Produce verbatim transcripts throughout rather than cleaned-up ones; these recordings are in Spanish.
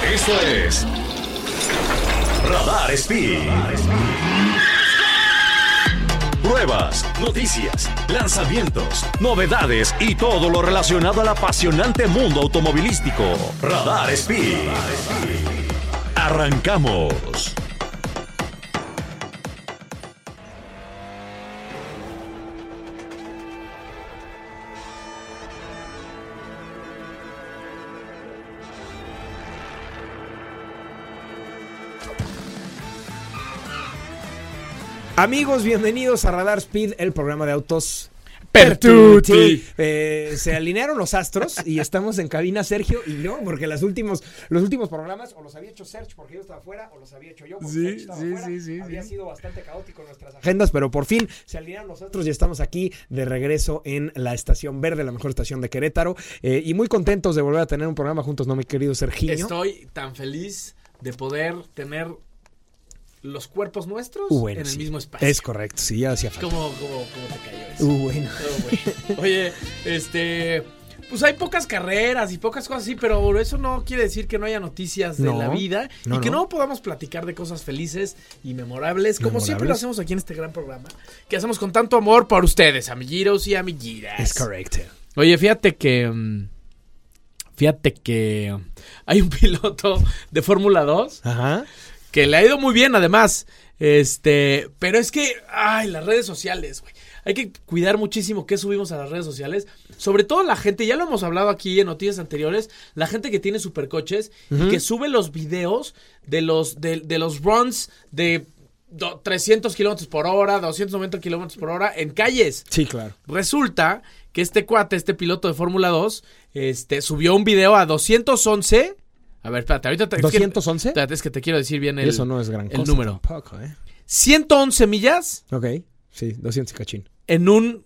Esto es Radar Speed. Pruebas, noticias, lanzamientos, novedades y todo lo relacionado al apasionante mundo automovilístico. Radar Speed. Arrancamos. Amigos, bienvenidos a Radar Speed, el programa de autos Pertuti. Eh, se alinearon los astros y estamos en cabina Sergio y yo, porque los últimos, los últimos programas o los había hecho Sergio porque yo estaba fuera, o los había hecho yo porque Sí, Sergio estaba sí, fuera. sí, sí, Había sí. sido bastante caótico nuestras agendas, pero por fin se alinearon los astros y estamos aquí de regreso en la Estación Verde, la mejor estación de Querétaro, eh, y muy contentos de volver a tener un programa juntos, ¿no, mi querido Serginho? Estoy tan feliz de poder tener los cuerpos nuestros Uh, bueno, en el sí. mismo espacio. Es correcto, sí, ya hacía falta. ¿Cómo, cómo, cómo te cayó eso? Uh, bueno. Oh, güey. Oye, este... Pues hay pocas carreras y pocas cosas así, pero eso no quiere decir que no haya noticias de No, la vida no, y que no. no podamos platicar de cosas felices y memorables, como Memorables. siempre lo hacemos aquí en este gran programa, que hacemos con tanto amor para ustedes, amiguiros y amiguiras. Es correcto. Oye, fíjate que... mm, Fíjate que hay un piloto de Fórmula dos Ajá. que le ha ido muy bien, además. Este, pero es que, ay, las redes sociales, güey. Hay que cuidar muchísimo qué subimos a las redes sociales. Sobre todo la gente, ya lo hemos hablado aquí en noticias anteriores, la gente que tiene supercoches Ujú. y que sube los videos de los, de, de los runs de do- trescientos kilómetros por hora, doscientos noventa kilómetros por hora en calles. Sí, claro. Resulta que este cuate, este piloto de Fórmula dos, este, subió un video a doscientos once. A ver, espérate, ahorita te... es que- ¿doscientos once? espérate, es que te quiero decir bien Y el, eso no es gran el cosa número. tampoco, ¿eh? ciento once millas Ok, sí, doscientos y cachín. en un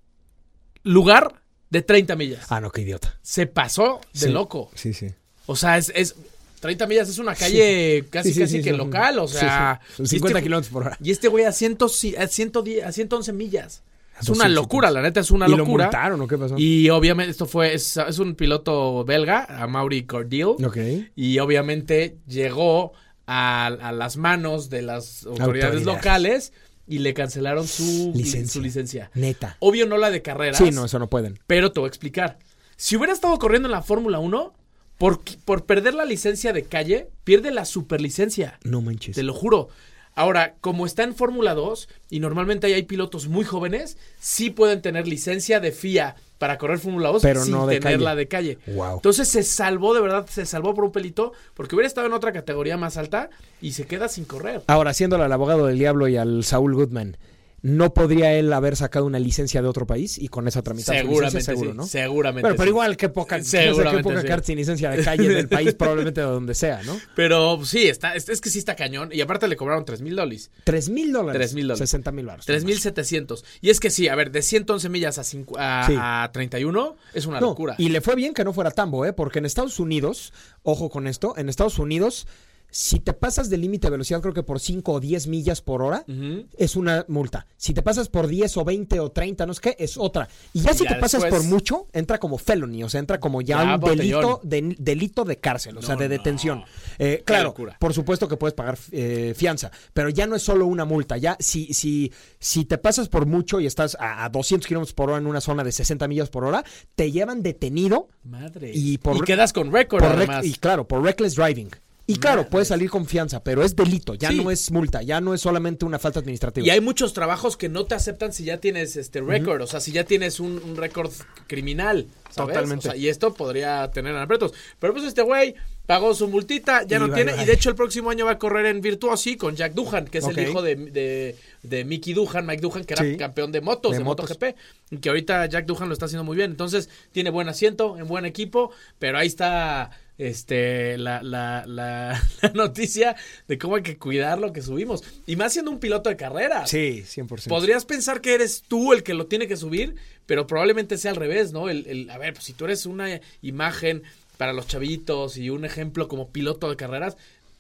lugar de treinta millas. Ah, no, qué idiota. Se pasó de Sí. loco. Sí, sí. O sea, es, es treinta millas es una calle casi, Sí, sí, casi sí, que son- local, o sí, sea... sí. Son y cincuenta este- kilómetros por hora. Y este güey a, cien, a, ciento diez, a ciento once millas. Es una doscientos locura, la neta, es una ¿Y lo locura. multaron o qué pasó? Y obviamente esto fue, es, es un piloto belga, a Mauri Cordial. Ok. Y obviamente llegó a, a las manos de las autoridades, Autoridades. locales y le cancelaron su Licencia. su licencia. Neta. Obvio no la de carreras, Sí, no, eso no pueden. pero te voy a explicar. Si hubiera estado corriendo en la Fórmula uno, por, por perder la licencia de calle, pierde la superlicencia. No manches. Te lo juro. Ahora, como está en Fórmula dos y normalmente ahí hay pilotos muy jóvenes, sí pueden tener licencia de F I A para correr Fórmula dos Pero sin no de tenerla calle. de calle. Wow. Entonces se salvó, de verdad, se salvó por un pelito porque hubiera estado en otra categoría más alta y se queda sin correr. Ahora, haciéndole al abogado del diablo y al Saúl Goodman, ¿no podría él haber sacado una licencia de otro país y con esa tramitar su Seguramente licencia? Seguro, sí, ¿no? seguramente Pero, pero sí. igual, qué poca, Seguramente qué poca sí. carta sin licencia de calle del país, probablemente de donde sea, ¿no? Pero sí, está, es, es que sí está cañón. Y aparte le cobraron tres mil dólares. Tres mil dólares. Tres mil dólares. Sesenta mil baros. Tres mil setecientos. Y es que sí, a ver, de ciento once millas a, cincu- a, Sí. a treinta y uno es una No, locura. y le fue bien que no fuera Tambo, ¿eh? Porque en Estados Unidos, ojo con esto, en Estados Unidos, si te pasas del límite de velocidad, creo que por cinco o diez millas por hora, Ujú. es una multa. Si te pasas por diez o veinte o treinta, no sé qué, es otra. Y ya si Ya te pasas después- por mucho, entra como felony, o sea, entra como ya, Ya, un botellón. delito de, delito de cárcel, o sea, No, de no. detención. Eh, Qué claro, locura. por supuesto que puedes pagar eh, fianza, pero ya no es solo una multa. Ya si, si, si te pasas por mucho y estás a, a doscientos kilómetros por hora en una zona de sesenta millas por hora, te llevan detenido. Madre. Y por- quedas con récord, Por rec- además. y claro, por reckless driving. Y claro, Madres. puede salir con fianza, pero es delito, ya Sí. no es multa, ya no es solamente una falta administrativa. Y hay muchos trabajos que no te aceptan si ya tienes este récord, o sea, si ya tienes un, un récord criminal, ¿sabes? Totalmente. O sea, y esto podría tener aprietos. Pero pues este güey pagó su multita, ya Y no bye, tiene, bye. y de hecho el próximo año va a correr en Virtuosi con Jack Doohan, que es Ok. el hijo de, de, de Mickey Doohan, Mike Doohan, que era Sí. campeón de motos, De de, motos. MotoGP, y que ahorita Jack Doohan lo está haciendo muy bien. Entonces, tiene buen asiento, en buen equipo, pero ahí está este la, la, la, la noticia de cómo hay que cuidar lo que subimos. Y más siendo un piloto de carreras. Sí, cien por ciento. Podrías pensar que eres tú el que lo tiene que subir, pero probablemente sea al revés, ¿no? El, el, a ver, pues si tú eres una imagen para los chavitos y un ejemplo como piloto de carreras,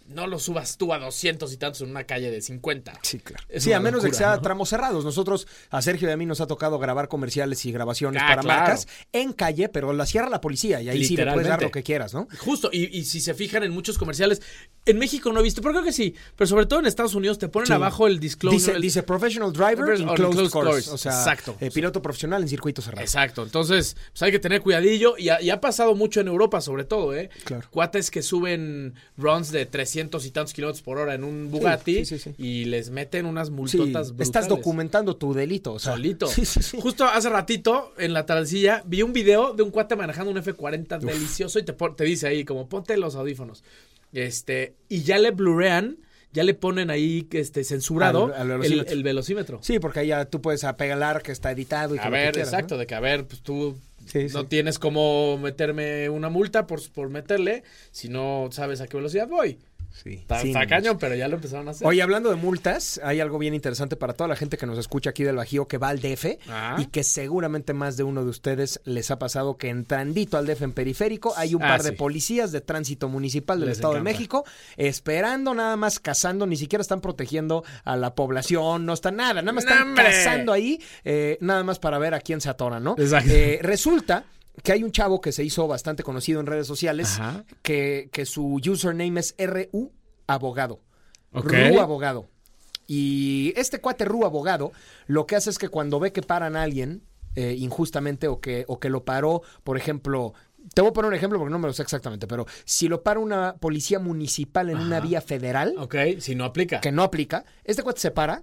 no lo subas tú a doscientos y tantos en una calle de cincuenta. Sí, claro. Es Sí, una a menos locura, de que sea ¿no? tramos cerrados. Nosotros, a Sergio y a mí nos ha tocado grabar comerciales y grabaciones Ah, para claro. marcas en calle, pero la cierra la policía y ahí sí le puedes dar Literalmente. lo que quieras, ¿no? Justo, y, y si se fijan en muchos comerciales, en México no he visto, pero creo que sí, pero sobre todo en Estados Unidos te ponen Sí. abajo el disclosure. Dice, el- dice professional driver in On closed, closed course. course. O sea, Exacto. eh, piloto profesional en circuito cerrado. Exacto, entonces pues hay que tener cuidadillo y ha, y ha pasado mucho en Europa sobre todo, ¿eh? Claro. Cuates que suben runs de trescientos y tantos kilómetros por hora en un Bugatti sí, sí, sí. y les meten unas Sí, multotas brutales. estás documentando tu delito, o sea. Solito. Sí, sí, sí. Justo hace ratito, en la tardecilla, vi un video de un cuate manejando un F cuarenta delicioso y te, pon- te dice ahí, como, ponte los audífonos. Este, y ya le blurean, ya le ponen ahí este censurado Al- al el, velocímetro. el velocímetro. Sí, porque ahí ya tú puedes apelar que está editado y que A lo que ver, quieras, exacto, ¿no? de que a ver, pues tú Sí, no sí. tienes cómo meterme una multa por, por meterle si no sabes a qué velocidad voy. Sí. Está, Sí, está no, cañón, pero ya lo empezaron a hacer. Oye, hablando de multas, hay algo bien interesante para toda la gente que nos escucha aquí del Bajío que va al D F Ah. y que seguramente más de uno de ustedes les ha pasado que entrandito al D F en periférico hay un Ah, par sí. de policías de tránsito municipal del Les Estado encanta. de México esperando, nada más cazando, ni siquiera están protegiendo a la población, no están nada, nada más están ¡No, hombre! cazando ahí, eh, nada más para ver a quién se atora, ¿no? Exacto. Eh, resulta que hay un chavo que se hizo bastante conocido en redes sociales Ajá. que, que su username es R U Abogado. Ok. Ru Abogado. Y este cuate Ru Abogado lo que hace es que cuando ve que paran a alguien eh, injustamente o que, o que lo paró, por ejemplo, te voy a poner un ejemplo porque no me lo sé exactamente, pero si lo para una policía municipal en una Ajá. vía federal, Ok, si no aplica. que no aplica, este cuate se para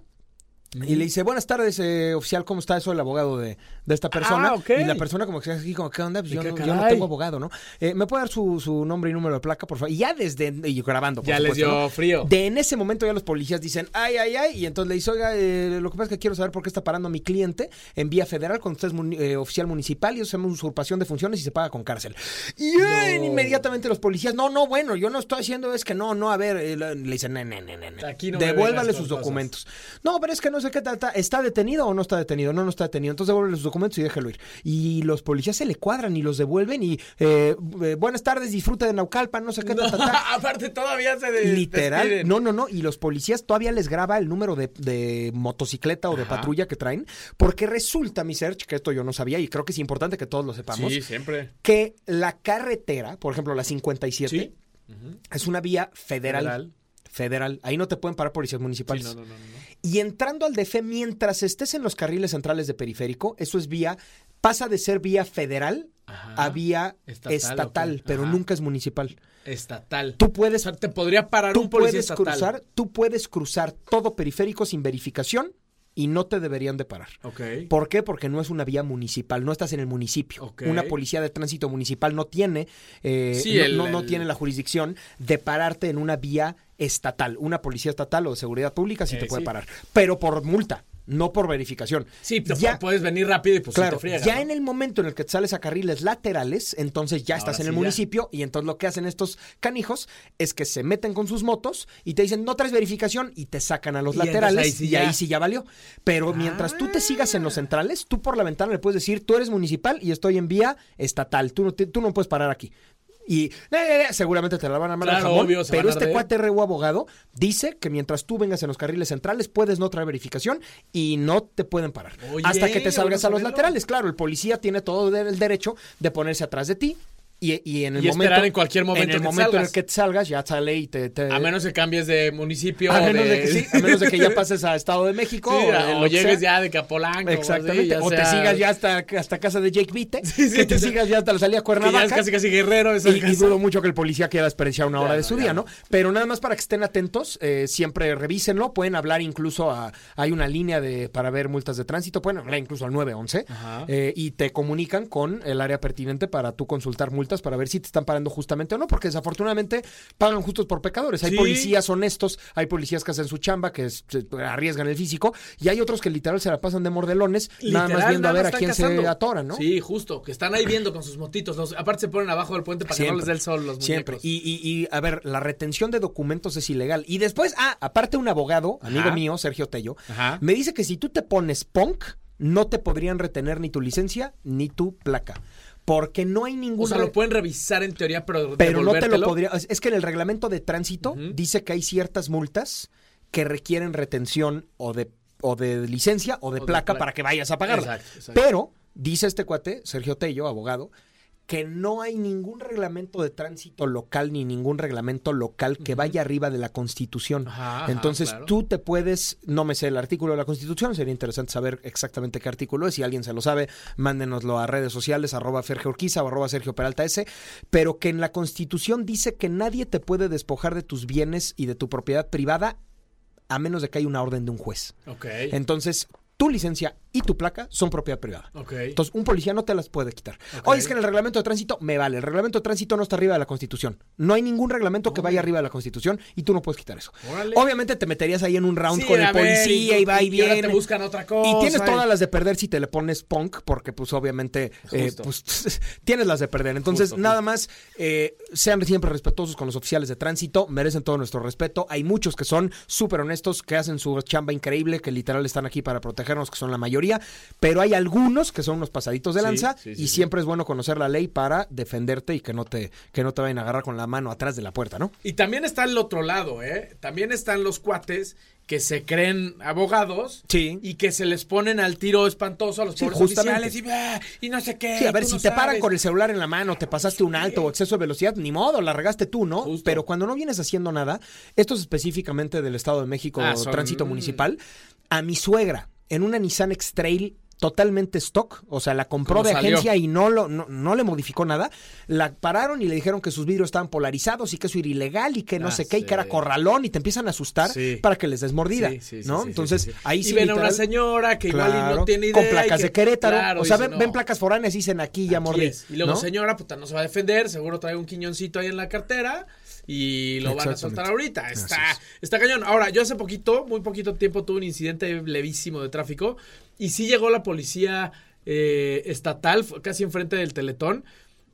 y le dice, buenas tardes, eh, oficial, ¿cómo está? Soy el abogado de, de esta persona. Ah, ok. Y la persona como que así, como, ¿qué onda? Pues ¿Y yo, qué no, yo no caray? tengo abogado, ¿no? Eh, ¿Me puede dar su, su nombre y número de placa, por favor? Y ya desde, y grabando, por Ya les supuesto, dio ¿no? frío. De en ese momento ya los policías dicen, ay, ay, ay, y entonces le dice, oiga, eh, lo que pasa es que quiero saber por qué está parando a mi cliente en vía federal cuando usted es muni- eh, oficial municipal y eso se llama usurpación de funciones y se paga con cárcel. Y eh, No. inmediatamente los policías, no, no, bueno, yo no estoy haciendo, es que no, no, a ver, eh, le dicen, no, no, no, no, no. Aquí no me devuélvale vengas sus con cosas. documentos. No, pero es que no sé qué tal, tal, ¿está detenido o no está detenido? No, no está detenido. Entonces devuelve sus documentos y déjelo ir. Y los policías se le cuadran y los devuelven y eh, eh, buenas tardes, disfrute de Naucalpan, no sé qué tal, tal, tal. Aparte todavía se de, Literal, despiden. no, no, no, y los policías todavía les graba el número de, de motocicleta o de Ajá. patrulla que traen, porque resulta, mi Serge, que esto yo no sabía y creo que es importante que todos lo sepamos, Sí, siempre. que la carretera, por ejemplo, la cincuenta y siete, Sí. es una vía federal. Federal. Federal. Ahí no te pueden parar policías Sí, municipales. no, no, no, no. Y entrando al D F, mientras estés en los carriles centrales de periférico, eso es vía, pasa de ser vía federal Ajá. a vía Estatal, estatal, ok. pero Ajá. nunca es municipal. Estatal. Tú puedes, O sea, te podría parar tú un policía puedes estatal. cruzar, tú puedes cruzar todo periférico sin verificación y no te deberían de parar. Ok. ¿Por qué? Porque no es una vía municipal, no estás en el municipio. Ok. Una policía de tránsito municipal no tiene, eh, Sí, no, el- no, no el- tiene la jurisdicción de pararte en una vía estatal. Una policía estatal o de seguridad pública sí Eh, te puede sí. parar, pero por multa, no por verificación. Sí, te ya, puedes venir rápido y pues claro, sí te friegas, ya ¿no? en el momento en el que te sales a carriles laterales, entonces ya Ahora estás en sí, el ya. municipio y entonces lo que hacen estos canijos es que se meten con sus motos y te dicen no traes verificación y te sacan a los Y entonces laterales ahí sí y ya. ahí sí ya valió. Pero mientras tú te sigas en los centrales, tú por la ventana le puedes decir tú eres municipal y estoy en vía estatal, tú no, te- tú no puedes parar aquí. Y eh, eh, seguramente te la van a mandar Claro, al jamón, obvio, se pero van a este arder. cuate R U abogado dice que mientras tú vengas en los carriles centrales puedes no traer verificación y no te pueden parar. Oye, hasta que te salgas bueno a los saberlo. laterales. Claro, el policía tiene todo de- el derecho de ponerse atrás de ti y, y en el Y momento esperar en cualquier momento en el que te momento en el salgas. que te salgas ya sale y te, te- A menos que cambies de municipio. a menos de... de que sí, a menos de que ya pases a Estado de México Sí, o, de o lo que llegues sea. ya de Capolanco. Exactamente, así, ya o te sea- sigas ya hasta, hasta casa de Jake Vite, Sí, sí, que te sí. sigas ya hasta la salida a Que ya es Cuernavaca. casi casi guerrero esa Y, y casa. dudo mucho que el policía quiera desperdiciar una Ya hora de no, su ya día, no. ¿no? Pero nada más para que estén atentos, eh, siempre revísenlo. Pueden hablar incluso a... Hay una línea de para ver multas de tránsito. Pueden hablar incluso al nueve once. Ajá. eh, y te comunican con el área pertinente para tú consultar multas para ver si te están parando justamente o no. Porque desafortunadamente pagan justos por pecadores. Hay Sí. policías honestos, hay policías que hacen su chamba, que es- se arriesgan el físico. Y hay otros que literal se la pasan de mordelones, nada más Literal, viendo a nada ver a más quién están se cazando. atora, ¿no? Sí, justo. Que están ahí viendo con sus motitos. Los- aparte se ponen abajo del puente para que no les dé el sol los Siempre. muñecos. Y, y, y, a ver, la retención de documentos es ilegal. Y después, ah, aparte un abogado, amigo Ajá. mío, Sergio Tello, Ajá. me dice que si tú te pones punk, no te podrían retener ni tu licencia ni tu placa. Porque no hay ningún... O sea, lo pueden revisar en teoría, pero Pero no te lo podría... Es que en el reglamento de tránsito uh-huh. dice que hay ciertas multas que requieren retención o de, o de licencia o de o placa de pla- para que vayas a pagarla. Exacto, exacto. Pero, dice este cuate, Sergio Tello, abogado, que no hay ningún reglamento de tránsito local ni ningún reglamento local que uh-huh. vaya arriba de la Constitución. Ajá, Entonces ajá, claro. tú te puedes, no me sé el artículo de la Constitución, sería interesante saber exactamente qué artículo es, si alguien se lo sabe, mándenoslo a redes sociales, arroba Ferge Urquiza o arroba Sergio Peralta S, pero que en la Constitución dice que nadie te puede despojar de tus bienes y de tu propiedad privada a menos de que haya una orden de un juez. Ok. Entonces, tu licencia y tu placa son propiedad privada. Okay. Entonces, un policía no te las puede quitar. Okay. Oye, es que en el reglamento de tránsito me vale. El reglamento de tránsito no está arriba de la Constitución. No hay ningún reglamento oh. que vaya arriba de la Constitución y tú no puedes quitar eso. Órale. Obviamente te meterías ahí en un round sí, con el ver, policía y, y va y, y viene. Y ahora te buscan otra cosa. Y tienes y... todas las de perder si te le pones punk, porque pues obviamente eh, pues, tienes las de perder. Entonces, justo, nada justo. más, eh, sean siempre respetuosos con los oficiales de tránsito, merecen todo nuestro respeto. Hay muchos que son súper honestos, que hacen su chamba increíble, que literal están aquí para protegernos, que son la mayoría, pero hay algunos que son unos pasaditos de lanza sí, sí, sí, y sí. siempre es bueno conocer la ley para defenderte y que no te que no te vayan a agarrar con la mano atrás de la puerta, ¿no? Y también está el otro lado, ¿eh? También están los cuates que se creen abogados sí. y que se les ponen al tiro espantoso a los sí, pobres oficiales y, y no sé qué. Sí, a ver, si no te sabes. paran con el celular en la mano, te pasaste sí. un alto o exceso de velocidad, ni modo, la regaste tú, ¿no? Justo. Pero cuando no vienes haciendo nada, esto es específicamente del Estado de México, ah, son... tránsito municipal, a mi suegra, en una Nissan X-Trail totalmente stock, o sea, la compró de salió? agencia y no, lo, no, no le modificó nada, la pararon y le dijeron que sus vidrios estaban polarizados y que eso era ilegal y que no ah, sé qué, sí. y que era corralón y te empiezan a asustar sí. para que les des mordida, sí, sí, ¿no? Sí, Entonces, sí, sí. ahí y sí ven literal, a una señora que claro, igual y no tiene idea. Con placas que, de Querétaro, claro, o sea, dice, ven, no. ven placas foráneas y dicen aquí ya mordí. Es. Y luego ¿no? señora, puta, no se va a defender, seguro trae un quiñoncito ahí en la cartera y lo van a soltar ahorita. Está, está cañón. Ahora, yo hace poquito, muy poquito tiempo, tuve un incidente levísimo de tráfico y sí llegó la policía eh, estatal, casi enfrente del Teletón.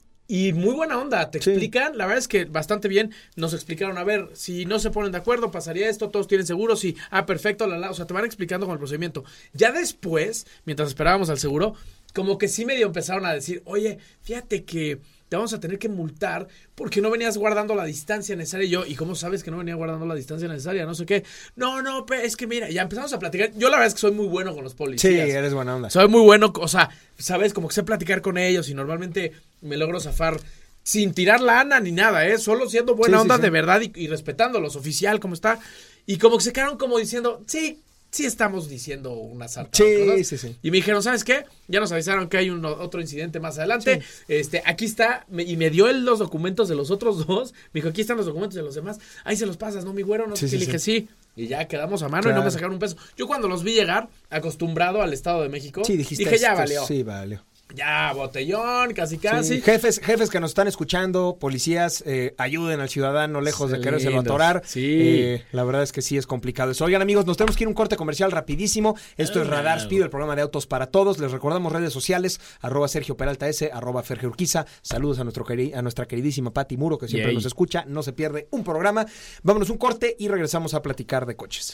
Y muy buena onda, te sí. explican, la verdad es que bastante bien, nos explicaron, a ver, si no se ponen de acuerdo, pasaría esto, todos tienen seguro, sí, ah, perfecto, la, la, o sea, te van explicando con el procedimiento. Ya después, mientras esperábamos al seguro, como que sí medio empezaron a decir, oye, fíjate que te vamos a tener que multar porque no venías guardando la distancia necesaria. Y yo, ¿y cómo sabes que no venía guardando la distancia necesaria? No sé qué. No, no, es que mira, ya empezamos a platicar. Yo la verdad es que soy muy bueno con los policías. Sí, eres buena onda. Soy muy bueno, o sea, sabes, como que sé platicar con ellos y normalmente me logro zafar sin tirar lana ni nada, ¿eh? Solo siendo buena sí, onda sí, sí. de verdad y, y respetándolos, oficial, como está. Y como que se quedaron como diciendo, sí, sí estamos diciendo una sarta sí, de cosas. Sí, sí. Y me dijeron, ¿sabes qué? Ya nos avisaron que hay un, otro incidente más adelante. Sí. Este, aquí está, me, y me dio él los documentos de los otros dos. Me dijo, aquí están los documentos de los demás. Ahí se los pasas, ¿no, mi güero? No sé sí, qué. Sí, le dije, sí. sí. Y ya quedamos a mano claro. y no me sacaron un peso. Yo cuando los vi llegar, acostumbrado al Estado de México, sí, dijiste, dije, ya esto, valió. Sí, valió. Ya, botellón, casi casi. Sí. Jefes, jefes que nos están escuchando, policías, eh, ayuden al ciudadano lejos sí, de querérselo atorar. Sí. Eh, la verdad es que sí es complicado eso. Oigan, amigos, nos tenemos que ir a un corte comercial rapidísimo. Esto oh, es Radar Speed, el programa de autos para todos. Les recordamos redes sociales, arroba Sergio Peralta S, arroba Ferge Urquiza. Saludos a nuestro a nuestra queridísima Pati Muro, que siempre Yay. nos escucha. No se pierde un programa. Vámonos un corte y regresamos a platicar de coches.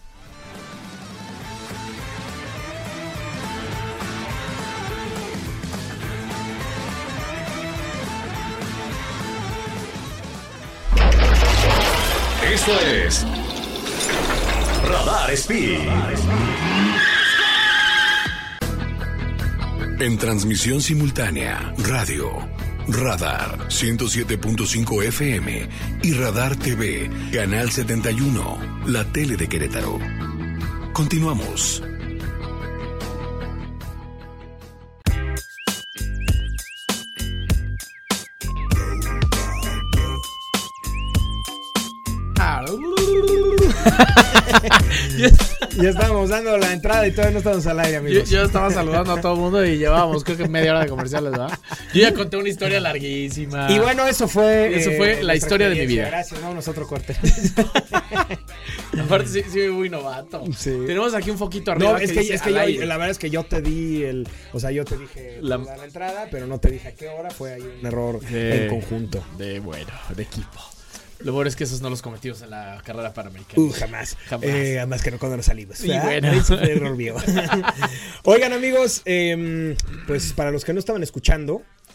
Esto es Radar Speed. En transmisión simultánea, radio, Radar ciento siete punto cinco F M y Radar T V, Canal setenta y uno, la tele de Querétaro. Continuamos. Ya estábamos dando la entrada y todavía no estamos al aire, amigos. Yo, yo estaba saludando a todo el mundo y llevábamos creo que media hora de comerciales, ¿verdad? Yo ya conté una historia larguísima. Y bueno, eso fue Eso fue eh, la historia de mi vida. Gracias, vámonos a otro corte. Aparte sí, sí, muy novato. Sí. Tenemos aquí un foquito arriba. No, es que, que, es que yo, la verdad es que yo te di el, o sea, yo te dije la, la entrada, pero no te dije a qué hora. Fue ahí un error de, en conjunto. De bueno, de equipo. Lo bueno es que esos no los cometimos en la carrera panamericana. Uh, jamás. Jamás. Eh, además que no cuando nos salimos. Y bueno. Eso fue error mío. Oigan, amigos, eh, pues para los que no estaban escuchando,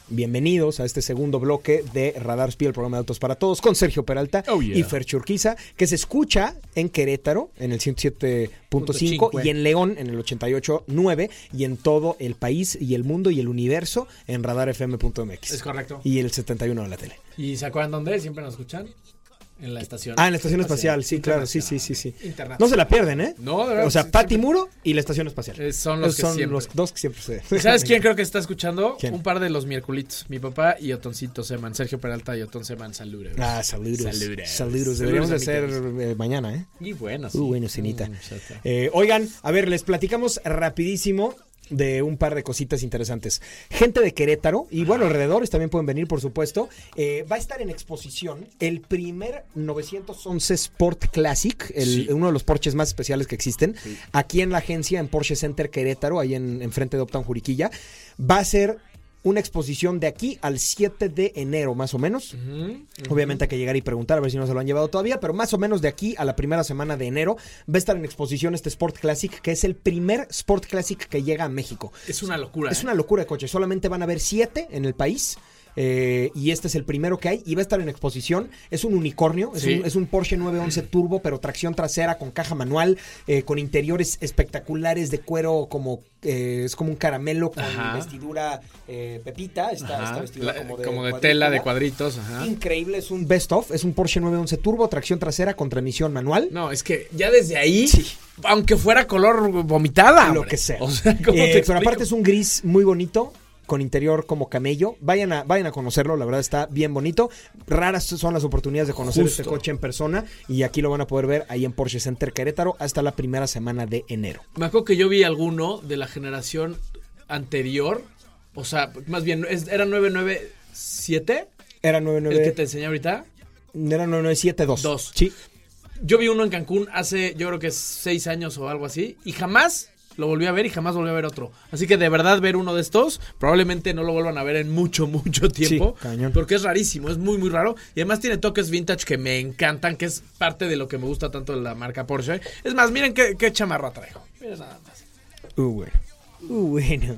Bienvenidos a este segundo bloque de Radar Speed, el programa de autos para todos, con Sergio Peralta oh, yeah. y Fer Churquiza, que se escucha en Querétaro, en el ciento siete punto cinco, y en León, en el ochenta y ocho punto nueve, y en todo el país y el mundo y el universo en radar f m punto m x. Es correcto. Y el setenta y uno de la tele. ¿Y se acuerdan dónde? ¿Siempre nos escuchan? En la estación. Ah, en la estación espacial, espacial. Sí, claro, sí, sí, sí, sí. Internacional. No se la pierden, ¿eh? No, de verdad. O sea, sí, Pati siempre. Muro y la estación espacial. Eh, son los, son que siempre. los dos que siempre se... ¿Sabes quién creo que está escuchando? ¿Quién? Un par de los miércolitos. Mi papá y Otoncito Seman. Sergio Peralta y Otón Seman, saludos. Ah, saludos. Saludos. Saludos. Deberíamos de hacer Saludos, eh, mañana, ¿eh? Y bueno, sí. Uh, bueno, cenita. Mm, eh, oigan, a ver, les platicamos rapidísimo de un par de cositas interesantes. Gente de Querétaro, y bueno, alrededores también pueden venir, por supuesto. Eh, va a estar en exposición el primer novecientos once Sport Classic, el, sí. uno de los Porsches más especiales que existen, sí. aquí en la agencia, en Porsche Center Querétaro, ahí en, en frente de Optan Juriquilla. Va a ser una exposición de aquí al siete de enero, más o menos. Uh-huh, uh-huh. Obviamente hay que llegar y preguntar a ver si no se lo han llevado todavía, pero más o menos de aquí a la primera semana de enero va a estar en exposición este Sport Classic, que es el primer Sport Classic que llega a México. Es una locura. Es ¿eh? una locura de coche. Solamente van a haber siete en el país. Eh, y este es el primero que hay y va a estar en exposición. Es un unicornio, es, sí. un, es un Porsche nueve once Turbo, pero tracción trasera con caja manual, eh, con interiores espectaculares de cuero, como eh, es como un caramelo con ajá. vestidura eh, pepita. Está, está vestidura La, como de, como de tela de cuadritos. Ajá. Increíble, es un best of. Es un Porsche nueve once Turbo, tracción trasera con transmisión manual. No, es que ya desde ahí, sí. aunque fuera color vomitada, lo hombre. que sea. O sea, ¿cómo eh, te pero aparte es un gris muy bonito, con interior como camello. Vayan a, vayan a conocerlo, la verdad está bien bonito. Raras son las oportunidades de conocer Justo. este coche en persona y aquí lo van a poder ver ahí en Porsche Center Querétaro hasta la primera semana de enero. Me acuerdo que yo vi alguno de la generación anterior, o sea, más bien, ¿era nueve nueve siete? Era nueve nueve... ¿El que te enseñé ahorita? Era nueve nueve siete dos. dos. Sí. Yo vi uno en Cancún hace, yo creo que seis años o algo así, y jamás lo volví a ver y jamás volví a ver otro. Así que de verdad ver uno de estos, probablemente no lo vuelvan a ver en mucho, mucho tiempo. Sí, cañón. Porque es rarísimo, es muy, muy raro. Y además tiene toques vintage que me encantan, que es parte de lo que me gusta tanto de la marca Porsche. Es más, miren qué, qué chamarra traigo. Miren nada más. Uh, bueno. Uh, bueno.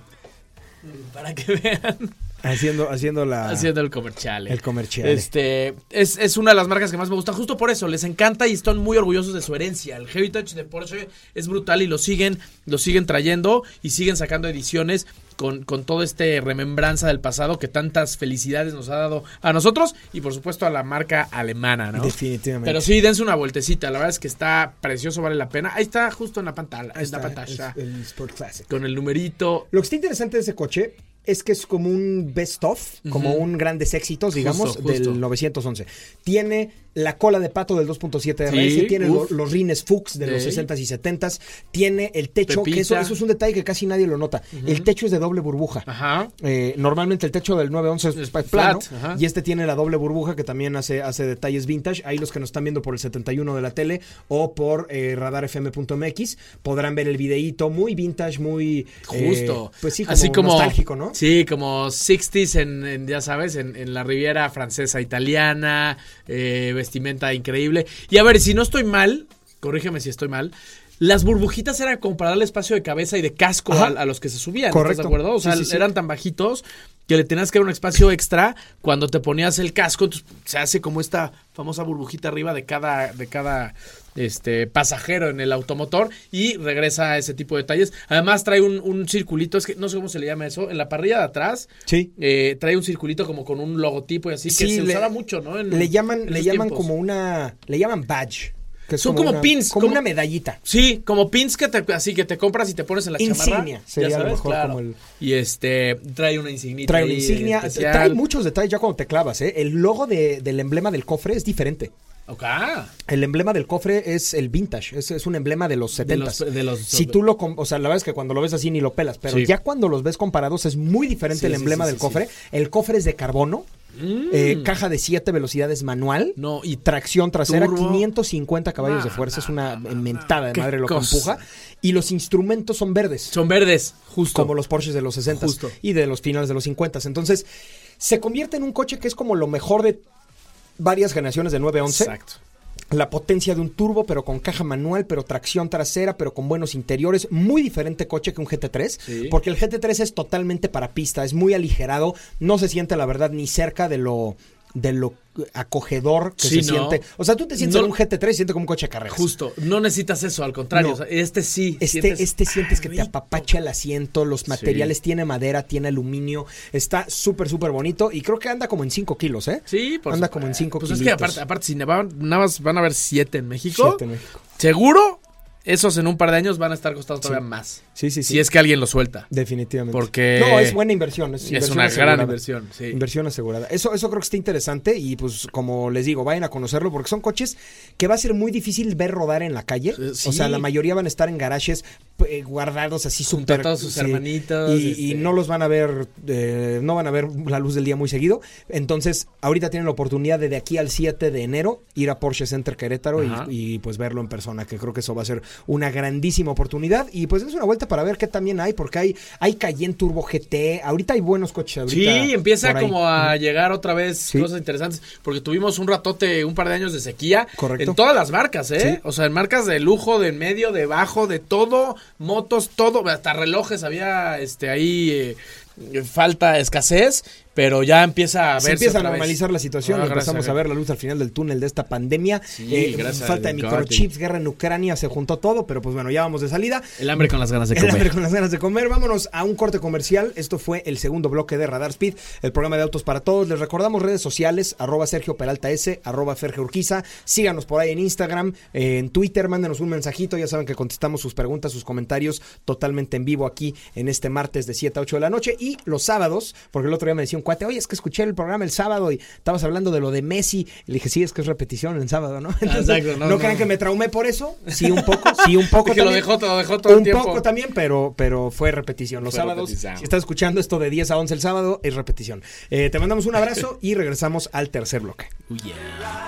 Para que vean. Haciendo, haciendo la... Haciendo el comercial. El comercial. Este, es, es una de las marcas que más me gusta. Justo por eso, les encanta y están muy orgullosos de su herencia. El Heritage de Porsche es brutal y lo siguen, lo siguen trayendo y siguen sacando ediciones con, con todo este remembranza del pasado que tantas felicidades nos ha dado a nosotros y por supuesto a la marca alemana, ¿no? Definitivamente. Pero sí, dense una vueltecita. La verdad es que está precioso, vale la pena. Ahí está justo en la pantalla. Ahí en la está, pantalla. El, el Sport Classic. Con el numerito. Lo que está interesante de ese coche es que es como un best of, como uh-huh. un grandes éxitos, digamos, justo, justo. del novecientos once. Tiene la cola de pato del dos punto siete R S, sí, tiene lo, los rines Fuchs de sí. los sesentas y setentas, tiene el techo, Pepita. que eso, eso es un detalle que casi nadie lo nota. Uh-huh. El techo es de doble burbuja. Ajá. Eh, normalmente el techo del nueve once es, es plano, flat, y este tiene la doble burbuja que también hace, hace detalles vintage. Ahí los que nos están viendo por el setenta y uno de la tele o por eh, radar f m punto m x podrán ver el videíto muy vintage, muy... Justo. Eh, pues sí, como, así como nostálgico, ¿no? Sí, como sesenta en, en, ya sabes, en, en la Riviera francesa italiana, eh, vestimenta increíble. Y a ver, si no estoy mal, corrígeme si estoy mal, las burbujitas eran como para darle espacio de cabeza y de casco a, a los que se subían. Correcto. ¿Estás de acuerdo? O sea, sí, sí, sí. eran tan bajitos que le tenías que dar un espacio extra cuando te ponías el casco. Entonces se hace como esta famosa burbujita arriba de cada, de cada este pasajero en el automotor y regresa a ese tipo de detalles. Además trae un, un circulito, es que no sé cómo se le llama eso, en la parrilla de atrás. Sí. Eh, trae un circulito como con un logotipo y así, sí, que se le, usaba mucho, ¿no? En, le llaman, en le llaman tiempos. como una, le llaman badge. Que son como, como una, pins. Como, como una medallita. Sí, como pins que te, así que te compras y te pones en la insignia, chamarra. Insignia, sería ya sabes, a lo mejor claro. como el... Y este, trae una insignia. Trae una insignia, especial. Trae muchos detalles ya cuando te clavas, ¿eh? El logo de, del emblema del cofre es diferente. Ok. El emblema del cofre es el vintage, es, es un emblema de los setentas. De los, de los, si tú lo, o sea, la verdad es que cuando lo ves así ni lo pelas, pero sí. ya cuando los ves comparados es muy diferente sí, el emblema sí, sí, del sí, cofre. Sí. El cofre es de carbono. Mm. Eh, caja de siete velocidades manual no, y tracción trasera, turbo. quinientos cincuenta caballos nah, de fuerza, nah, es una nah, mentada nah, de madre lo que cosa. empuja. Y los instrumentos son verdes. Son verdes, justo. Como los Porsches de los sesenta y de los finales de los cincuenta. Entonces, se convierte en un coche que es como lo mejor de varias generaciones de nueve once. Exacto. la potencia de un turbo, pero con caja manual, pero tracción trasera, pero con buenos interiores. Muy diferente coche que un G T tres, Sí. porque el G T tres es totalmente para pista, es muy aligerado, no se siente la verdad ni cerca de lo de lo acogedor que Sí, se no. siente. O sea, tú te sientes No. en un G T tres y sientes como un coche de carreras. Justo, no necesitas eso, al contrario. No. O sea, este sí. Este, sientes- este sientes que te rico. apapacha el asiento, los materiales, tiene madera, tiene aluminio, está súper, súper bonito y creo que anda como en cinco kilos, ¿eh? Sí, por Anda supuesto. como en cinco Pues es que kilitos. aparte, aparte si van, nada más van a haber siete en México, Siete en México. seguro esos en un par de años van a estar costando todavía más. Sí, sí, sí. Si es que alguien lo suelta. Definitivamente. Porque- No, es buena inversión. Es, Es inversión una asegurada. gran inversión, sí. Inversión asegurada. Eso, eso creo que está interesante y pues como les digo, vayan a conocerlo porque son coches que va a ser muy difícil ver rodar en la calle. Eh, sí. O sea, la mayoría van a estar en garajes eh, guardados así Junto a súper. todos sus sí. hermanitos, Y, este. y no los van a ver, eh, no van a ver la luz del día muy seguido. Entonces, ahorita tienen la oportunidad de de aquí al siete de enero ir a Porsche Center Querétaro y, Ajá. y, pues verlo en persona, que creo que eso va a ser una grandísima oportunidad. Y pues es una vuelta para ver qué también hay, porque hay, hay Cayenne Turbo G T. Ahorita hay buenos coches. Ahorita Sí, empieza por ahí. como a llegar otra vez Sí. cosas interesantes, porque tuvimos un ratote, un par de años de sequía. Correcto. En todas las marcas, ¿eh? Sí. O sea, en marcas de lujo, de en medio, de bajo, de todo, motos, todo, hasta relojes había este ahí eh, falta, escasez, pero ya empieza a verse Se empieza a otra vez. normalizar la situación, Ah, empezamos gracias a ver la luz al final del túnel de esta pandemia. Sí, Eh, gracias falta de al microchips, guerra en Ucrania, se juntó todo, pero pues bueno, ya vamos de salida. El hambre con las ganas de El hambre comer. con las ganas de comer. Vámonos a un corte comercial. Esto fue el segundo bloque de Radar Speed, el programa de autos para todos. Les recordamos redes sociales, arroba Sergio Peralta S, arroba Ferge Urquiza. Síganos por ahí en Instagram, eh, en Twitter, mándenos un mensajito. Ya saben que contestamos sus preguntas, sus comentarios totalmente en vivo aquí en este martes de siete a ocho de la noche. Y los sábados, porque el otro día me decía un cuate, oye, es que escuché el programa el sábado y estabas hablando de lo de Messi. Y le dije, sí, es que es repetición en sábado, ¿no? Entonces, Exacto, no, no, crean no. que me traumé por eso. Sí, un poco, sí, un poco Que lo también. dejó, lo dejó todo el Un tiempo. poco también, pero, pero fue repetición. Los Fue sábados, repetición. si estás escuchando esto de diez a once el sábado, es repetición. Eh, te mandamos un abrazo y regresamos al tercer bloque. Oh, yeah.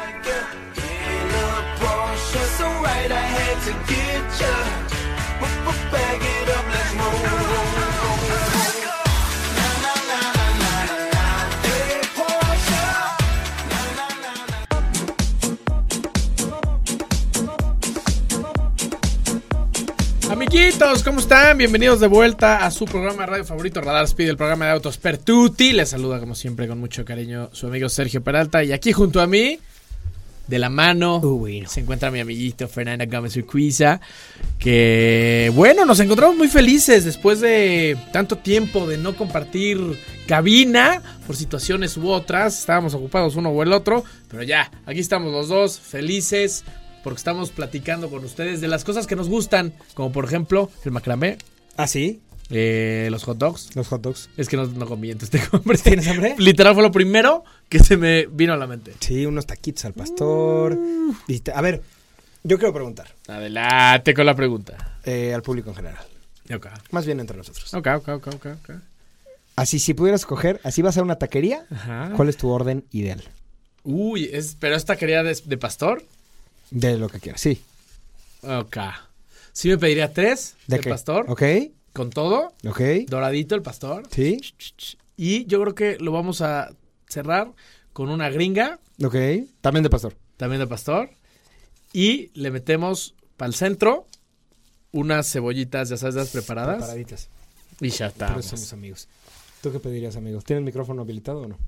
Amiguitos, ¿cómo están? Bienvenidos de vuelta a su programa de radio favorito, Radar Speed, el programa de autos per tutti. Les saluda como siempre con mucho cariño su amigo Sergio Peralta. Y aquí junto a mí, de la mano, Uh, bueno. se encuentra mi amiguito Fernanda Gómez Urquiza. Que bueno, nos encontramos muy felices después de tanto tiempo de no compartir cabina por situaciones u otras. Estábamos ocupados uno o el otro, pero ya, aquí estamos los dos felices porque estamos platicando con ustedes de las cosas que nos gustan, como por ejemplo el macramé, ¿Ah, sí? eh, los hot dogs. Los hot dogs. Es que no, no comí, entonces tengo hambre. ¿Tienes hambre? Literal fue lo primero que se me vino a la mente. Sí, unos taquitos al pastor. Y te- a ver, yo quiero preguntar Adelante con la pregunta. eh, al público en general. Ok, Más bien entre nosotros. ok, ok, ok, ok. ok. Así, si pudieras escoger, así vas a una taquería, Ajá. ¿cuál es tu orden ideal? Uy, es, pero esta quería de, de pastor. De lo que quieras, sí. Ok. Sí me pediría tres de, ¿De qué? pastor. Ok, Con todo. ok. Doradito el pastor. Sí, Y yo creo que lo vamos a cerrar con una gringa, ok. También de pastor. también de pastor. Y le metemos para el centro unas cebollitas, ya sabes, las preparadas. Preparaditas. Y ya Por estamos. eso somos amigos. ¿Tú qué pedirías, amigos? ¿Tienes el micrófono habilitado o no?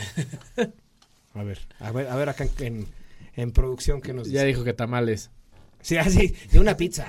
A ver, a ver, a ver acá en, en, en producción qué nos Ya dice. dijo que tamales. Sí, así, de una pizza.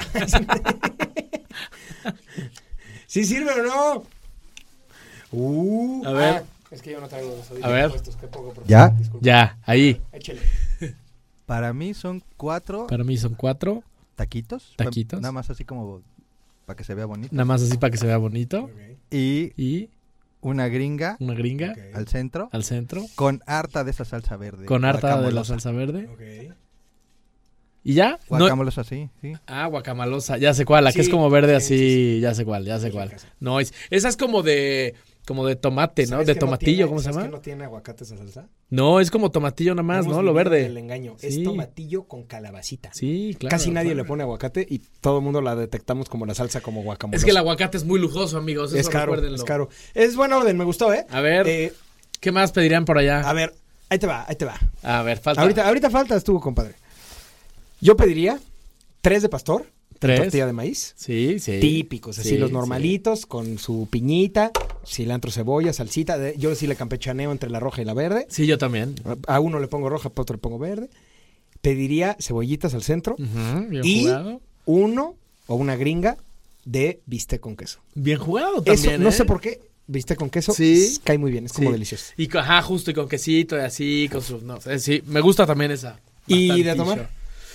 ¿Sí sirve o no? Uh, A ver. ah, es que yo no traigo los A ver. audífonos puestos, qué poco profesional, ¿Ya? disculpa. Ya, ahí. Échale. Para mí son cuatro Para mí son cuatro. taquitos. Taquitos. Nada más así como para que se vea bonito. Nada más así para que se vea bonito. Ok. Y Y una gringa una gringa Ok. al centro al centro. con harta de esa salsa verde. Con harta de la guacamolosa. salsa verde. Ok. ¿Y ya? No- Guacamolosa, sí, sí. Ah, guacamalosa. Ya sé cuál. La que Sí, es como verde sí, así. sí, sí. Ya sé cuál, ya sé Es cuál. rica esa. No, es, esa es como de como de tomate, ¿no? ¿Sabes De que no tomatillo, tiene- ¿cómo se ¿sabes llama? que no tiene aguacate esa salsa? No, es como tomatillo nada más, Hemos ¿no? Lo vivido verde. del engaño. Es Sí. tomatillo con calabacita. Sí, claro. Casi nadie claro. le pone aguacate y todo el mundo la detectamos como la salsa como guacamole. Es que el aguacate es muy lujoso, amigos. Eso es caro, recuérdenlo. es caro. Es buen orden, me gustó, ¿eh? A ver, Eh, ¿qué más pedirían por allá? a ver, ahí te va, ahí te va. A ver, falta. Ahorita, ahorita falta estuvo, compadre. Yo pediría tres de pastor, Tres. tortilla de maíz. Sí, sí. Típicos, así Sí, los sí. normalitos, con su piñita, cilantro, cebolla, salsita. De- yo sí le campechaneo entre la roja y la verde. Sí, yo también. A uno le pongo roja, a otro le pongo verde. Pediría cebollitas al centro. Ujú, bien y jugado. uno o una gringa de bistec con queso. Bien jugado también, Eso, no ¿eh? sé por qué, bistec con queso Sí. s- cae muy bien, es como Sí. delicioso. Y con, ajá, justo, y con quesito y así, con su... No, sé, sí, me gusta también esa. ¿Y de Bastantillo. tomar?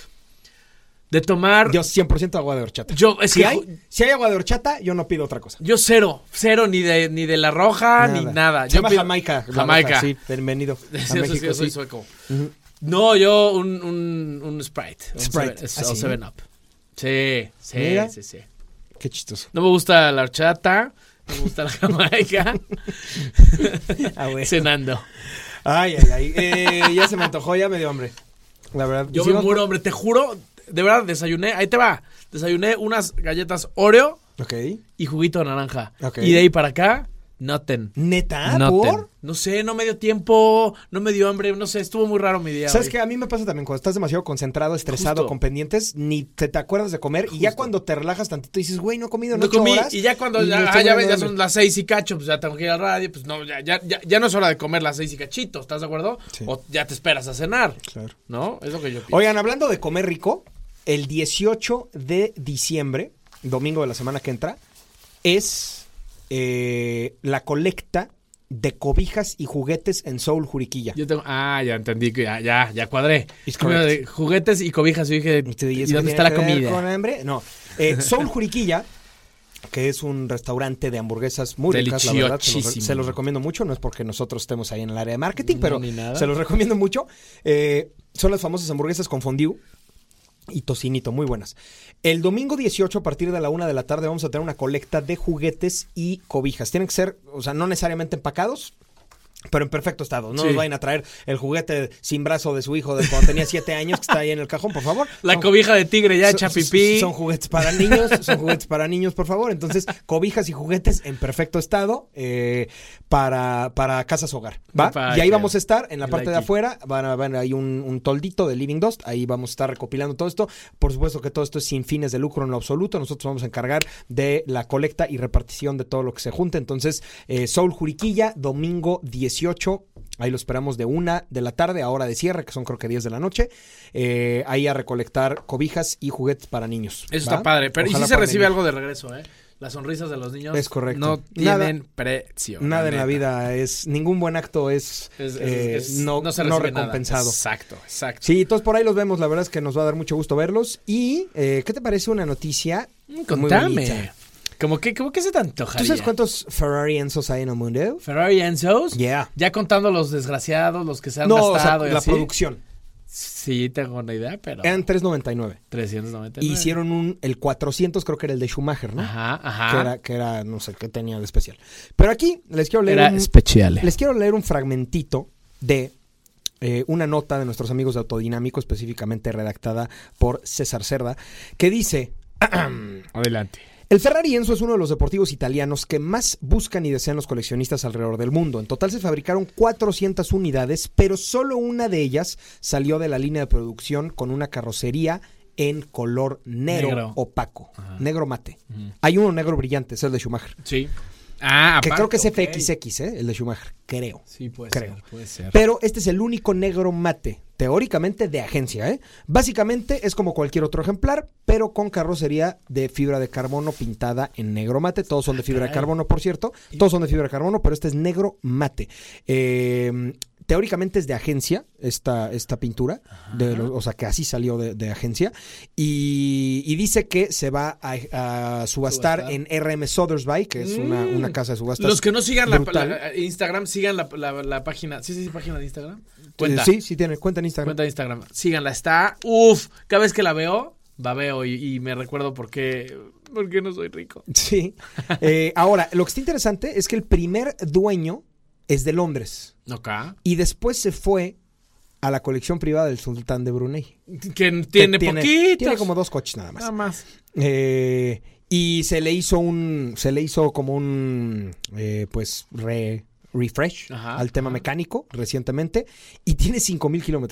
De tomar... Yo cien por ciento agua de horchata. Yo, es si, que hay, ju- si hay agua de horchata, yo no pido otra cosa. Yo cero, cero, ni de, ni de la roja, ni nada. Se Yo llama pido- Jamaica. la Jamaica. roja, sí, bienvenido a Sí, eso sí, México, yo soy sí. sueco. Ujú. No, yo un, un, un Sprite. Un Sprite. Seven- ¿Ah, o sí? Seven Up. Sí, sí, Mira. sí, sí. Qué chistoso. No me gusta la horchata, no me gusta la jamaica. Ah, güey. Cenando. Ay, ay, ay. Eh, ya se me antojó, ya me dio hambre. La verdad. Yo me Hicimos- muero, hombre, te juro, de verdad, desayuné, ahí te va. Desayuné unas galletas Oreo Ok. y juguito de naranja. Ok. Y de ahí para acá, nothing. ¿Neta? Nothing. ¿Por? No sé, no me dio tiempo, no me dio hambre, no sé, estuvo muy raro mi día. ¿Sabes hoy. qué? A mí me pasa también cuando estás demasiado concentrado, estresado, Justo. con pendientes, ni te, te acuerdas de comer. Y ya cuando te relajas tantito dices, güey, no he comido en No ocho comí horas. y ya cuando y ya, me ah, estoy ya ves, muriendo ya de son hambre. las seis y cacho, pues ya tengo que ir al radio, pues no, ya, ya, ya, ya no es hora de comer las seis y cachito, ¿estás de acuerdo? Sí. O ya te esperas a cenar, Claro. ¿no? Es lo que yo pienso. Oigan, hablando de comer rico, el dieciocho de diciembre, domingo de la semana que entra, es eh, la colecta de cobijas y juguetes en Soul Juriquilla. Yo tengo, ah, ya entendí, que ya, ya, ya cuadré. It's Como correct. de juguetes y cobijas, yo dije, ¿Y ¿y eso dónde qué está la tiene que ver comida? con hambre? No. Eh, Soul Juriquilla, que es un restaurante de hamburguesas muy ricas, la verdad. Se los, Deliciosísimo. se los recomiendo mucho. No es porque nosotros estemos ahí en el área de marketing, No, pero ni nada. se los recomiendo mucho. Eh, son las famosas hamburguesas con fondue y tocinito, muy buenas. El domingo dieciocho, a partir de la una de la tarde, vamos a tener una colecta de juguetes y cobijas. Tienen que ser, o sea, no necesariamente empacados, pero en perfecto estado. No Sí. nos vayan a traer el juguete sin brazo de su hijo de cuando tenía siete años, que está ahí en el cajón, por favor. La Son- cobija de tigre ya hecha son- pipí. Son juguetes para niños, son juguetes para niños, por favor. Entonces, cobijas y juguetes en perfecto estado eh, para, para casas hogar, ¿va? Para Y ahí que- vamos a estar en la I parte like de it. afuera. Van a ver ahí un, un toldito de Living Dust. Ahí vamos a estar recopilando todo esto. Por supuesto que todo esto es sin fines de lucro en lo absoluto. Nosotros vamos a encargar de la colecta y repartición de todo lo que se junte. Entonces, eh, Soul Juriquilla, domingo dieciocho. Ahí lo esperamos de una de la tarde a hora de cierre, que son creo que diez de la noche. Eh, ahí a recolectar cobijas y juguetes para niños. Eso ¿va? está padre, pero Ojalá y si se puedan recibe venir. algo de regreso, ¿eh? Las sonrisas de los niños Es correcto. no Nada- tienen precio. Nada en la neta. vida es, ningún buen acto es, Es- es- eh, es- no, no se no recibe nada. recompensado. Exacto, exacto. Sí, entonces por ahí los vemos, la verdad es que nos va a dar mucho gusto verlos. Y, eh, ¿qué te parece una noticia? Mm, muy Contame. bonita? ¿Cómo que, cómo que se te antojaría? ¿Tú sabes cuántos Ferrari Enzos hay en el mundo? Ferrari Enzos. Yeah. Ya contando los desgraciados, los que se han No, o sea, gastado y la así. producción. Sí, tengo una idea, pero... Eran trescientos noventa y nueve. trescientos noventa y nueve. Hicieron un, el cuatrocientos, creo que era el de Schumacher, ¿no? Ajá, ajá. Que era, que era, no sé, qué tenía de especial. Pero aquí les quiero leer Era un, especial. les quiero leer un fragmentito de eh, una nota de nuestros amigos de Autodinámico, específicamente redactada por César Cerda, que dice... Adelante. El Ferrari Enzo es uno de los deportivos italianos que más buscan y desean los coleccionistas alrededor del mundo. En total se fabricaron cuatrocientas unidades, pero solo una de ellas salió de la línea de producción con una carrocería en color negro, Negro. opaco, Ajá. negro mate. Ujú. Hay uno negro brillante, es el de Schumacher. Sí. Ah, Que aparte, creo que es ok. F X X, ¿eh? El de Schumacher, creo. Sí, puede Creo. ser, puede ser. Pero este es el único negro mate, teóricamente de agencia, ¿eh? Básicamente es como cualquier otro ejemplar, pero con carrocería de fibra de carbono pintada en negro mate. Todos son de fibra de caray. carbono, por cierto. Todos son de fibra de carbono, pero este es negro mate. Eh, teóricamente es de agencia esta, esta pintura, de los- o sea que así salió de, de agencia. Y, y dice que se va a, a subastar, Subastar. en R M Sotheby's, que es una, Mm. una casa de subastas. Los que no sigan la, brutal. la- Instagram, sigan la, la- la página. ¿Sí, sí, sí, página de Instagram? Cuenta. Eh, sí, sí tiene cuenta en Instagram. Cuenta de Instagram. Síganla, está. Uf, cada vez que la veo, babeo y, y me recuerdo por qué, por qué no soy rico. Sí. Eh, ahora, lo que está interesante es que el primer dueño es de Londres Ok. y después se fue a la colección privada del sultán de Brunei. Que tiene Que poquitos. Tiene como dos coches nada más. Nada más. Eh, y se le hizo un, se le hizo como un, eh, pues, re, refresh Ajá, al tema ajá. mecánico recientemente y tiene cinco mil kilómetros.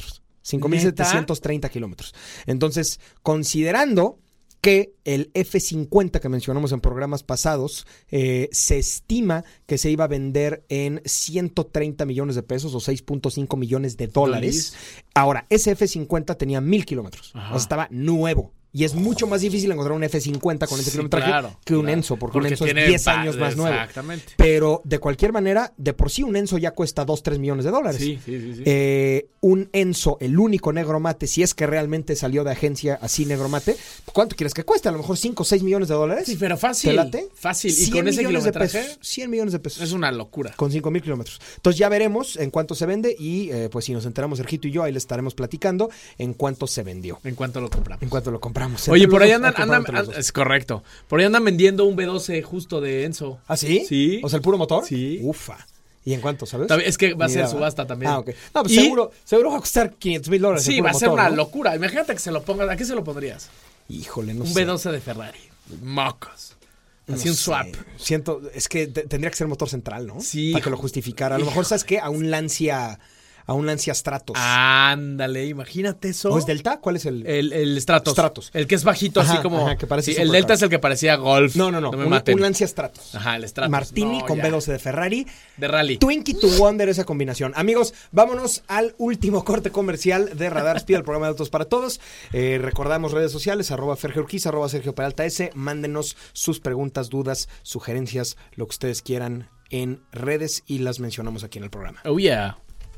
cinco mil setecientos treinta kilómetros. Entonces, considerando que el F cincuenta que mencionamos en programas pasados eh, se estima que se iba a vender en ciento treinta millones de pesos o seis punto cinco millones de dólares. ¿Dólares? Ahora, ese F cincuenta tenía mil kilómetros. O sea, estaba nuevo. Y es mucho más difícil encontrar un F cincuenta con ese sí, kilometraje claro, que un claro. Enzo, porque, porque un Enzo es diez años más nuevo. Exactamente. Pero de cualquier manera, de por sí un Enzo ya cuesta dos, tres millones de dólares. Sí, sí, sí. sí. Eh, un Enzo, el único negro mate, si es que realmente salió de agencia así negro mate, ¿cuánto quieres que cueste? A lo mejor cinco o seis millones de dólares. Sí, pero fácil. ¿Te late? Fácil. Y con ese kilometraje, de pesos, cien millones de pesos. Es una locura. Con cinco mil kilómetros. Entonces ya veremos en cuánto se vende y eh, pues si nos enteramos Sergito y yo, ahí les estaremos platicando en cuánto se vendió. En cuánto lo compramos. En cuánto lo compramos. Oye, por allá Andan, andan, andan, es correcto. Por ahí andan vendiendo un B doce justo de Enzo. ¿Ah, sí? Sí. O sea, el puro motor. Sí. Ufa. ¿Y en cuánto, sabes? Es que va a ser subasta también. Ah, ok. No, pues y... seguro, seguro va a costar quinientos mil dólares. Sí, va a ser motor, una ¿no? locura. Imagínate que se lo pongas. ¿A qué se lo pondrías? Híjole, no un sé. Un B doce de Ferrari. Mocos. Así no un swap. Sé. Siento, es que te, tendría que ser motor central, ¿no? Sí. Para que lo justificara. A lo mejor, ¿sabes qué? A un Lancia... A un Lancia Stratos. Ándale, imagínate eso. ¿O es Delta? ¿Cuál es el? El, el Stratos. Stratos. El que es bajito, ajá, así como. Ajá, que parece sí, el Delta es el que parecía Golf. No, no, no. no me un, maten. un Lancia Stratos. Ajá, el Stratos. Martini no, con ya. B doce de Ferrari. De rally. Twinkie to Wonder, esa combinación. Amigos, vámonos al último corte comercial de Radar Speed, el programa de Autos para Todos. Eh, recordamos redes sociales, arroba Fergio Urquiza, arroba Sergio Peralta S. Mándenos sus preguntas, dudas, sugerencias, lo que ustedes quieran en redes y las mencionamos aquí en el programa. Oh, yeah.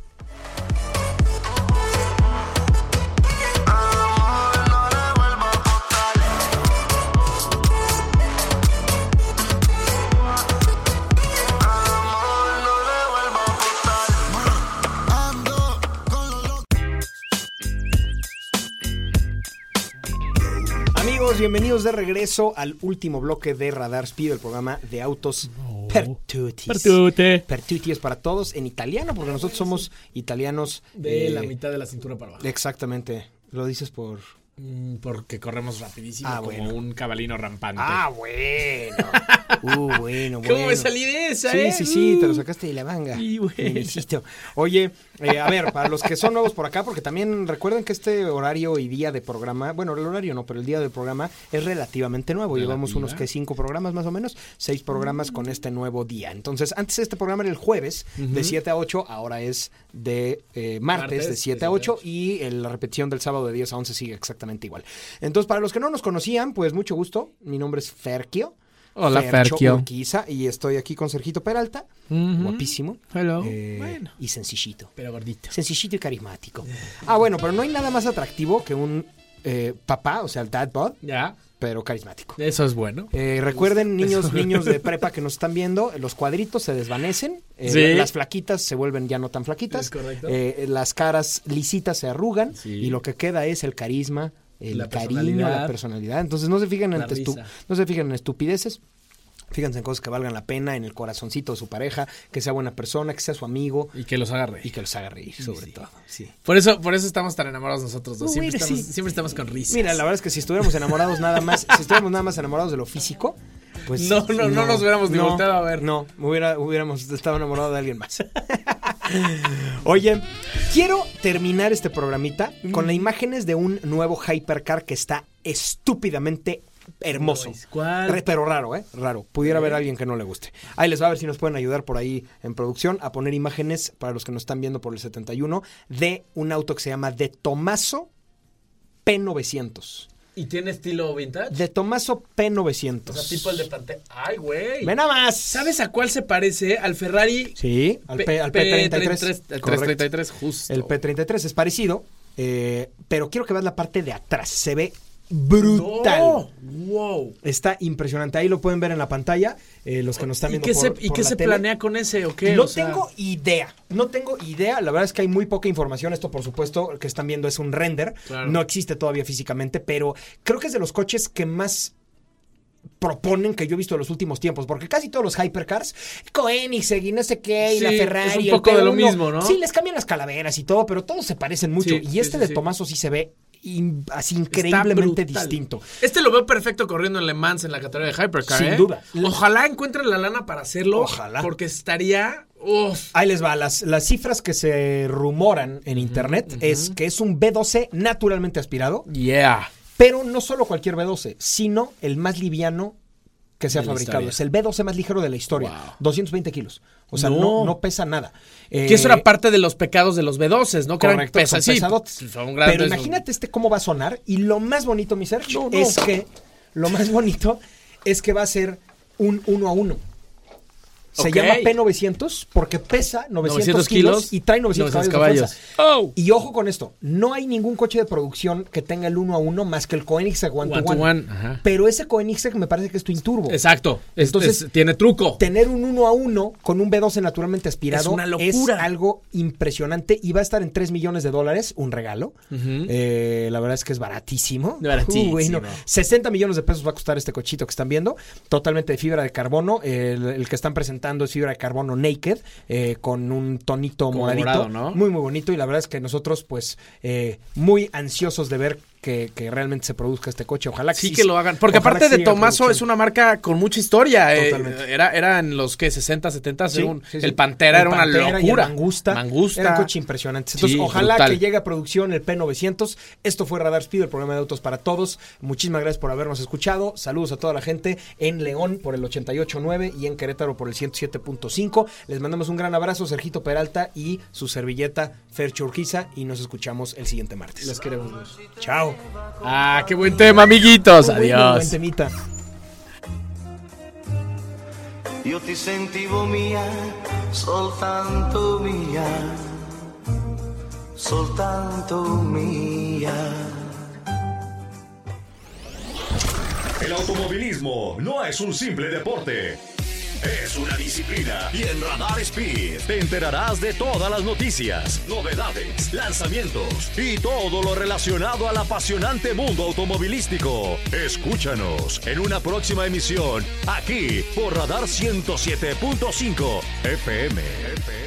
Bienvenidos de regreso al último bloque de Radar Speed, el programa de autos oh. Pertutis. Pertute. Pertuti es para todos en italiano, porque nosotros somos italianos. De eh, la mitad de la cintura para abajo. Exactamente. Lo dices por... Mm, porque corremos rapidísimo ah, como bueno. un cabalino rampante. Ah, bueno. Uh, bueno, bueno. ¿Cómo me salí de esa, sí, eh? Sí, sí, sí, te lo sacaste de la manga. Sí, bueno. Oye, eh, a ver, para los que son nuevos por acá, porque también recuerden que este horario y día de programa, bueno, el horario no, pero el día del programa es relativamente nuevo. Relativa. Llevamos unos que cinco programas más o menos, seis programas mm. con este nuevo día. Entonces, antes este programa era el jueves uh-huh. de siete a ocho, ahora es de eh, martes, martes de siete a ocho y el, la repetición del sábado de diez a once sigue exactamente igual. Entonces, para los que no nos conocían, pues mucho gusto. Mi nombre es Fergio. Hola, Fergio. Urquiza, y estoy aquí con Sergito Peralta. Uh-huh. Guapísimo. Hello. Eh, bueno. Y sencillito. Pero gordito. Sencillito y carismático. Ah, bueno, pero no hay nada más atractivo que un eh, papá, o sea, el dad bod. Ya. Pero carismático. Eso es bueno. Eh, recuerden, niños, niños de prepa que nos están viendo, los cuadritos se desvanecen, eh, sí. las flaquitas se vuelven ya no tan flaquitas, es correcto. Eh, las caras lisitas se arrugan sí. y lo que queda es el carisma, el la cariño, la personalidad. Entonces no se fijen en estu- no se fijen en estupideces. Fíjense en cosas que valgan la pena, en el corazoncito de su pareja, que sea buena persona, que sea su amigo. Y que los haga reír. Y que los haga reír, sobre sí. todo. Sí. Por eso, por eso estamos tan enamorados nosotros dos. Uh, siempre, mira, estamos, sí. siempre estamos con risas. Mira, la verdad es que si estuviéramos enamorados nada más, si estuviéramos nada más enamorados de lo físico, pues... No, no, no, no nos hubiéramos ni no, volteado a ver. No, hubiera, hubiéramos estado enamorados de alguien más. Oye, quiero terminar este programita mm. con las imágenes de un nuevo Hypercar que está estúpidamente hermoso. ¿Cuál? Re, pero raro, ¿eh? Raro. Pudiera haber alguien que no le guste. Ahí les va a ver si nos pueden ayudar por ahí en producción a poner imágenes, para los que nos están viendo por el setenta y uno, de un auto que se llama De Tomaso P novecientos. ¿Y tiene estilo vintage? De Tomaso P novecientos. O sea, tipo el de Pante. ¡Ay, güey! ¡Ven nada más! ¿Sabes a cuál se parece? Al Ferrari. Sí, al P, P, al P treinta y tres. El trescientos treinta y tres, justo. El P treinta y tres es parecido, eh, pero quiero que veas la parte de atrás. Se ve brutal. No. Wow. Está impresionante. Ahí lo pueden ver en la pantalla. Eh, los que nos están viendo ¿Y qué por, se, por ¿y qué la se tele. planea con ese o qué? No o sea... tengo idea. No tengo idea. La verdad es que hay muy poca información. Esto, por supuesto, que están viendo es un render. Claro. No existe todavía físicamente, pero creo que es de los coches que más proponen que yo he visto en los últimos tiempos, porque casi todos los hypercars, Koenigsegg y no sé qué, y sí, la Ferrari, es un poco el de P uno, lo mismo, ¿no? Sí, les cambian las calaveras y todo, pero todos se parecen mucho. Sí, y sí, este sí, de sí. Tomaso sí se ve in- así increíblemente brutal. distinto. Este lo veo perfecto corriendo en Le Mans en la categoría de Hypercar. Sin ¿eh? duda. Ojalá encuentren la lana para hacerlo. Ojalá. Porque estaría. Uf. Ahí les va, las, las cifras que se rumoran en internet es que es un B doce naturalmente aspirado, Yeah. pero no solo cualquier B doce, sino el más liviano que se ha De la fabricado. historia. Es el B doce más ligero de la historia, Wow. doscientos veinte kilos. O sea, No. no, no pesa nada. Eh, Que eso era parte de los pecados de los B doce, ¿no? Que eran Correcto, son pesas, sí, pesadotes. son grandes. Pero imagínate este cómo va a sonar. Y lo más bonito, mi Sergio, No, no. es que lo más bonito es que va a ser un uno a uno. Se Ok. llama P novecientos porque pesa novecientos kilos y trae novecientos, novecientos caballos de fuerza. Oh. Y ojo con esto, no hay ningún coche de producción que tenga el uno a uno más que el Koenigsegg One to One to One. one, ajá. Pero ese Koenigsegg me parece que es twin turbo. Exacto. Es- Entonces, es- tiene truco. Tener un uno a uno con un B doce naturalmente aspirado Es una locura. algo impresionante y va a estar en tres millones de dólares, un regalo. Eh, la verdad es que es baratísimo. Baratísimo. Uh, bueno, sesenta millones de pesos va a costar este cochito que están viendo, totalmente de fibra de carbono. El, el que están presentando es fibra de carbono naked, eh, con un tonito Como moradito. morado, ¿no? Muy, muy bonito. Y la verdad es que nosotros, pues, eh, muy ansiosos de ver que, que realmente se produzca este coche. Ojalá que Sí sí, que lo hagan. Porque ojalá aparte que de siga Tomaso producción. es una marca con mucha historia. eh, Totalmente. era, era en los que sesenta, setenta, Sí, según. sí, sí. El Pantera El era una Pantera y el locura. Mangusta. Mangusta. Eran coches impresionantes. Entonces, Sí, ojalá brutal. que llegue a producción el P novecientos. Esto fue Radar Speed, el programa de autos para todos. Muchísimas gracias por habernos escuchado. Saludos a toda la gente en León por el ochenta y ocho punto nueve y en Querétaro por el ciento siete punto cinco. Les mandamos un gran abrazo, Sergito Peralta y su servilleta Fercho Urquiza. Y nos escuchamos el siguiente martes. Los queremos mucho. Chao. Ah, qué buen tema, amiguitos. Muy bueno, Adiós. buen temita. Io ti sentivo mia, soltanto mia, soltanto mia. El automovilismo no es un simple deporte. Es una disciplina y en Radar Speed te enterarás de todas las noticias, novedades, lanzamientos y todo lo relacionado al apasionante mundo automovilístico. Escúchanos en una próxima emisión aquí por Radar ciento siete punto cinco F M.